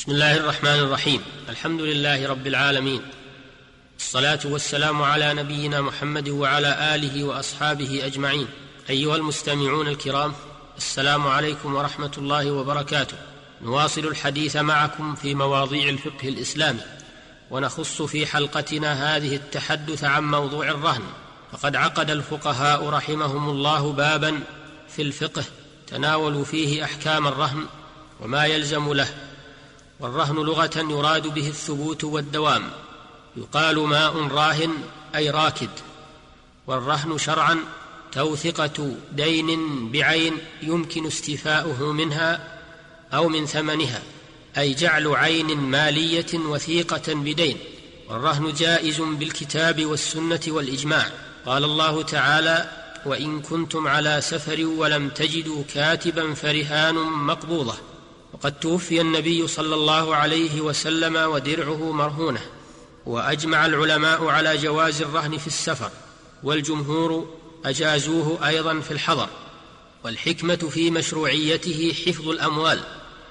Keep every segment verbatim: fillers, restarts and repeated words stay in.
بسم الله الرحمن الرحيم. الحمد لله رب العالمين، الصلاة والسلام على نبينا محمد وعلى آله وأصحابه أجمعين. أيها المستمعون الكرام، السلام عليكم ورحمة الله وبركاته. نواصل الحديث معكم في مواضيع الفقه الإسلامي، ونخص في حلقتنا هذه التحدث عن موضوع الرهن. فقد عقد الفقهاء رحمهم الله بابا في الفقه تناولوا فيه أحكام الرهن وما يلزم له. والرهن لغة يراد به الثبوت والدوام، يقال ماء راهن أي راكد. والرهن شرعا توثقة دين بعين يمكن استيفاؤه منها أو من ثمنها، أي جعل عين مالية وثيقة بدين. والرهن جائز بالكتاب والسنة والإجماع. قال الله تعالى: وإن كنتم على سفر ولم تجدوا كاتبا فرهان مقبوضة. وقد توفي النبي صلى الله عليه وسلم ودرعه مرهونة. وأجمع العلماء على جواز الرهن في السفر، والجمهور أجازوه أيضا في الحضر. والحكمة في مشروعيته حفظ الأموال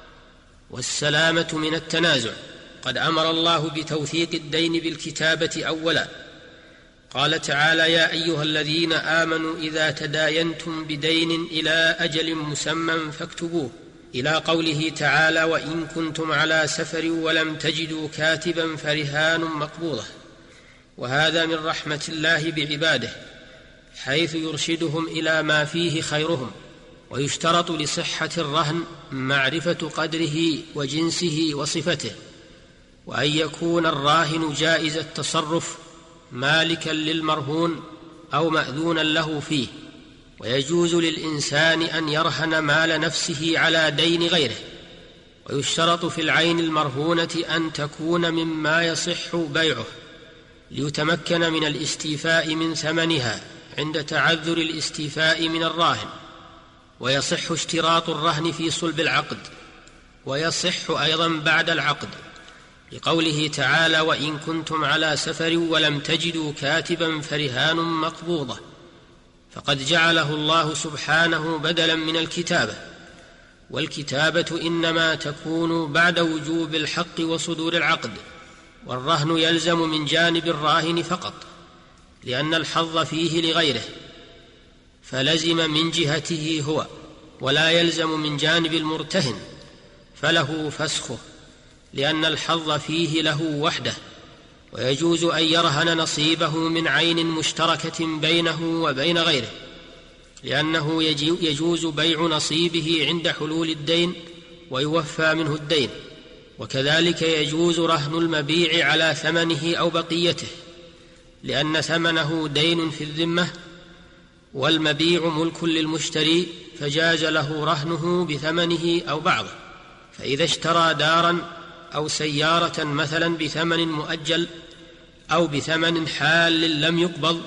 والسلامة من التنازع. قد أمر الله بتوثيق الدين بالكتابة أولا. قال تعالى: يا أيها الذين آمنوا إذا تداينتم بدين إلى أجل مسمى فاكتبوه، إلى قوله تعالى: وإن كنتم على سفر ولم تجدوا كاتبا فرهان مقبوضة. وهذا من رحمة الله بعباده، حيث يرشدهم إلى ما فيه خيرهم. ويشترط لصحة الرهن معرفة قدره وجنسه وصفته، وأن يكون الراهن جائز التصرف مالكا للمرهون أو مأذونا له فيه. ويجوز للإنسان أن يرهن مال نفسه على دين غيره. ويشترط في العين المرهونة أن تكون مما يصح بيعه ليتمكن من الاستيفاء من ثمنها عند تعذر الاستيفاء من الراهن. ويصح اشتراط الرهن في صلب العقد، ويصح أيضا بعد العقد، لقوله تعالى: وإن كنتم على سفر ولم تجدوا كاتبا فرهان مقبوضة. فقد جعله الله سبحانه بدلا من الكتابة. والكتابة إنما تكون بعد وجوب الحق وصدور العقد. والرهن يلزم من جانب الراهن فقط، لأن الحظ فيه لغيره، فلزم من جهته هو، ولا يلزم من جانب المرتهن، فله فسخه، لأن الحظ فيه له وحده. ويجوز أن يرهن نصيبه من عين مشتركة بينه وبين غيره، لأنه يجوز بيع نصيبه عند حلول الدين ويوفى منه الدين. وكذلك يجوز رهن المبيع على ثمنه أو بقيته، لأن ثمنه دين في الذمة، والمبيع ملك للمشتري، فجاز له رهنه بثمنه أو بعضه. فإذا اشترى دارا أو سيارة مثلا بثمن مؤجل أو بثمن حال لم يقبض،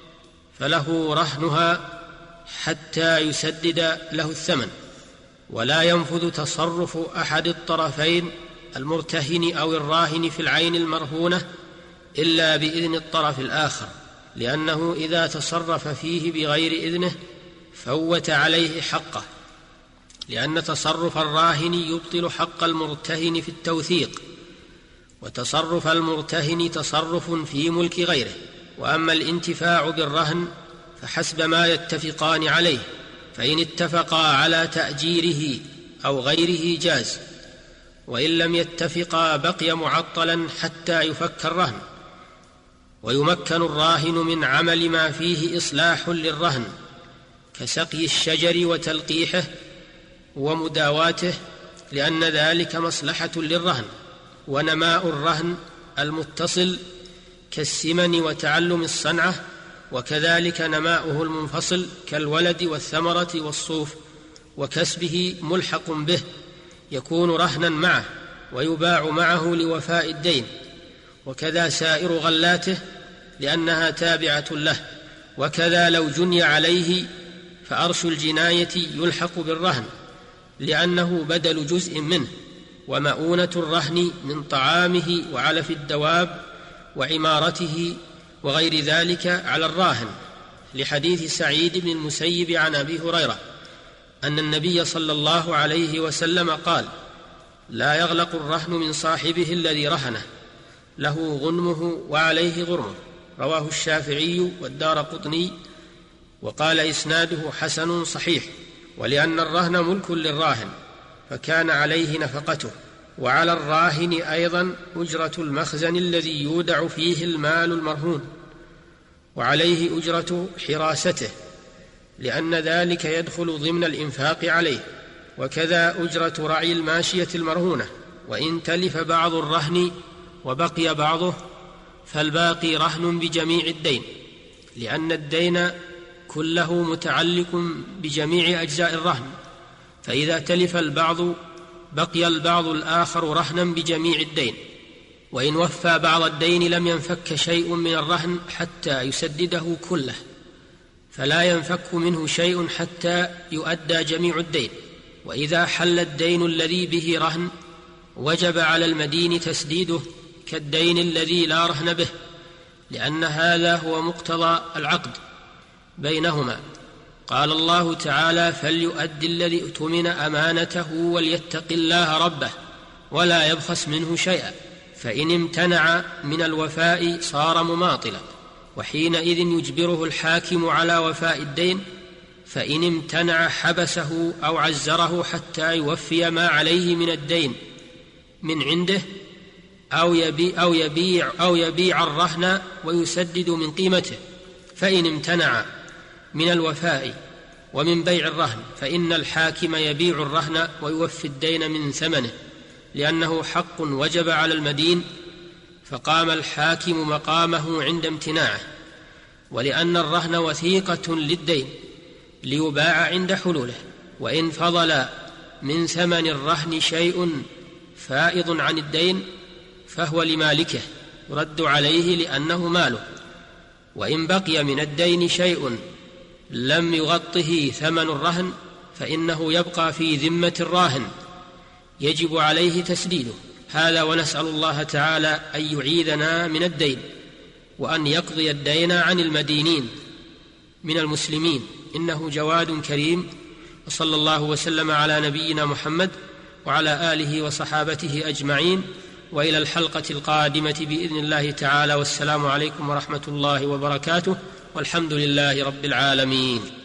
فله رهنها حتى يسدد له الثمن. ولا ينفذ تصرف أحد الطرفين المرتهن أو الراهن في العين المرهونة إلا بإذن الطرف الآخر، لأنه إذا تصرف فيه بغير إذنه فوت عليه حقه، لأن تصرف الراهن يبطل حق المرتهن في التوثيق، وتصرف المرتهن تصرف في ملك غيره. وأما الانتفاع بالرهن فحسب ما يتفقان عليه، فإن اتفقا على تأجيره أو غيره جاز، وإن لم يتفقا بقي معطلا حتى يفك الرهن. ويمكن الراهن من عمل ما فيه إصلاح للرهن، كسقي الشجر وتلقيحه ومداواته، لأن ذلك مصلحة للرهن. ونماء الرهن المتصل كالسمن وتعلم الصنعة، وكذلك نماؤه المنفصل كالولد والثمرة والصوف وكسبه ملحق به، يكون رهنا معه ويباع معه لوفاء الدين. وكذا سائر غلاته، لأنها تابعة له. وكذا لو جني عليه فأرش الجناية يلحق بالرهن، لأنه بدل جزء منه. ومؤونة الرهن من طعامه وعلف الدواب وعمارته وغير ذلك على الراهن، لحديث سعيد بن المسيب عن أبي هريرة أن النبي صلى الله عليه وسلم قال: لا يغلق الرهن من صاحبه الذي رهنه، له غنمه وعليه غرمه. رواه الشافعي والدارقطني وقال إسناده حسن صحيح. ولأن الرهن ملك للراهن فكان عليه نفقته، وعلى الراهن أيضا أجرة المخزن الذي يودع فيه المال المرهون، وعليه أجرة حراسته لأن ذلك يدخل ضمن الإنفاق عليه، وكذا أجرة رعي الماشية المرهونة. وإن تلف بعض الرهن وبقي بعضه فالباقي رهن بجميع الدين، لأن الدين كله متعلق بجميع أجزاء الرهن، فإذا تلف البعض بقي البعض الآخر رهنا بجميع الدين. وإن وفى بعض الدين لم ينفك شيء من الرهن حتى يسدده كله، فلا ينفك منه شيء حتى يؤدى جميع الدين. وإذا حل الدين الذي به رهن وجب على المدين تسديده كالدين الذي لا رهن به، لأن هذا هو مقتضى العقد بينهما. قال الله تعالى: فليؤد الذي اؤتمن أمانته وليتق الله ربه ولا يبخس منه شيئا، فإن امتنع من الوفاء صار مماطلا، وحينئذ يجبره الحاكم على وفاء الدين. فإن امتنع حبسه أو عزره حتى يوفي ما عليه من الدين من عنده، أو يبيع, أو يبيع, أو يبيع الرهن ويسدد من قيمته. فإن امتنع من الوفاء ومن بيع الرهن فإن الحاكم يبيع الرهن ويوفي الدين من ثمنه، لأنه حق وجب على المدين، فقام الحاكم مقامه عند امتناعه. ولأن الرهن وثيقة للدين ليباع عند حلوله، وإن فضل من ثمن الرهن شيء فائض عن الدين فهو لمالكه يرد عليه لأنه ماله. وإن بقي من الدين شيء لم يغطه ثمن الرهن فإنه يبقى في ذمة الراهن يجب عليه تسديده. هذا ونسأل الله تعالى أن يعيذنا من الدين، وأن يقضي الدين عن المدينين من المسلمين، إنه جواد كريم. وصلى الله وسلم على نبينا محمد وعلى آله وصحابته أجمعين، وإلى الحلقة القادمة بإذن الله تعالى، والسلام عليكم ورحمة الله وبركاته، والحمد لله رب العالمين.